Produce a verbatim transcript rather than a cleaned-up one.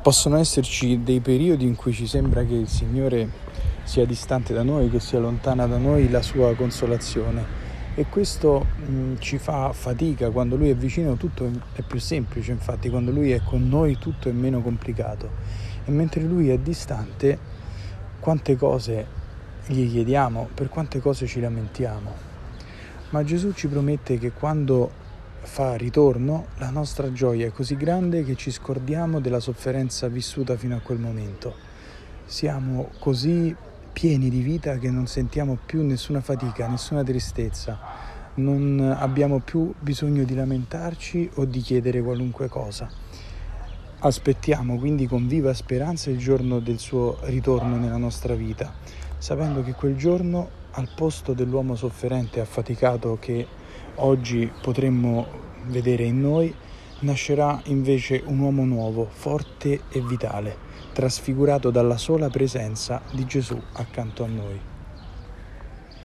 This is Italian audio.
Possono esserci dei periodi in cui ci sembra che il Signore sia distante da noi, che sia lontana da noi la sua consolazione, e questo mh, ci fa fatica. Quando Lui è vicino tutto è più semplice, infatti quando Lui è con noi tutto è meno complicato, e mentre Lui è distante quante cose gli chiediamo, per quante cose ci lamentiamo. Ma Gesù ci promette che quando fa ritorno la nostra gioia è così grande che ci scordiamo della sofferenza vissuta fino a quel momento. Siamo così pieni di vita che non sentiamo più nessuna fatica, nessuna tristezza, non abbiamo più bisogno di lamentarci o di chiedere qualunque cosa. Aspettiamo quindi con viva speranza il giorno del suo ritorno nella nostra vita, sapendo che quel giorno, al posto dell'uomo sofferente e affaticato che oggi potremmo vedere in noi, nascerà invece un uomo nuovo, forte e vitale, trasfigurato dalla sola presenza di Gesù accanto a noi.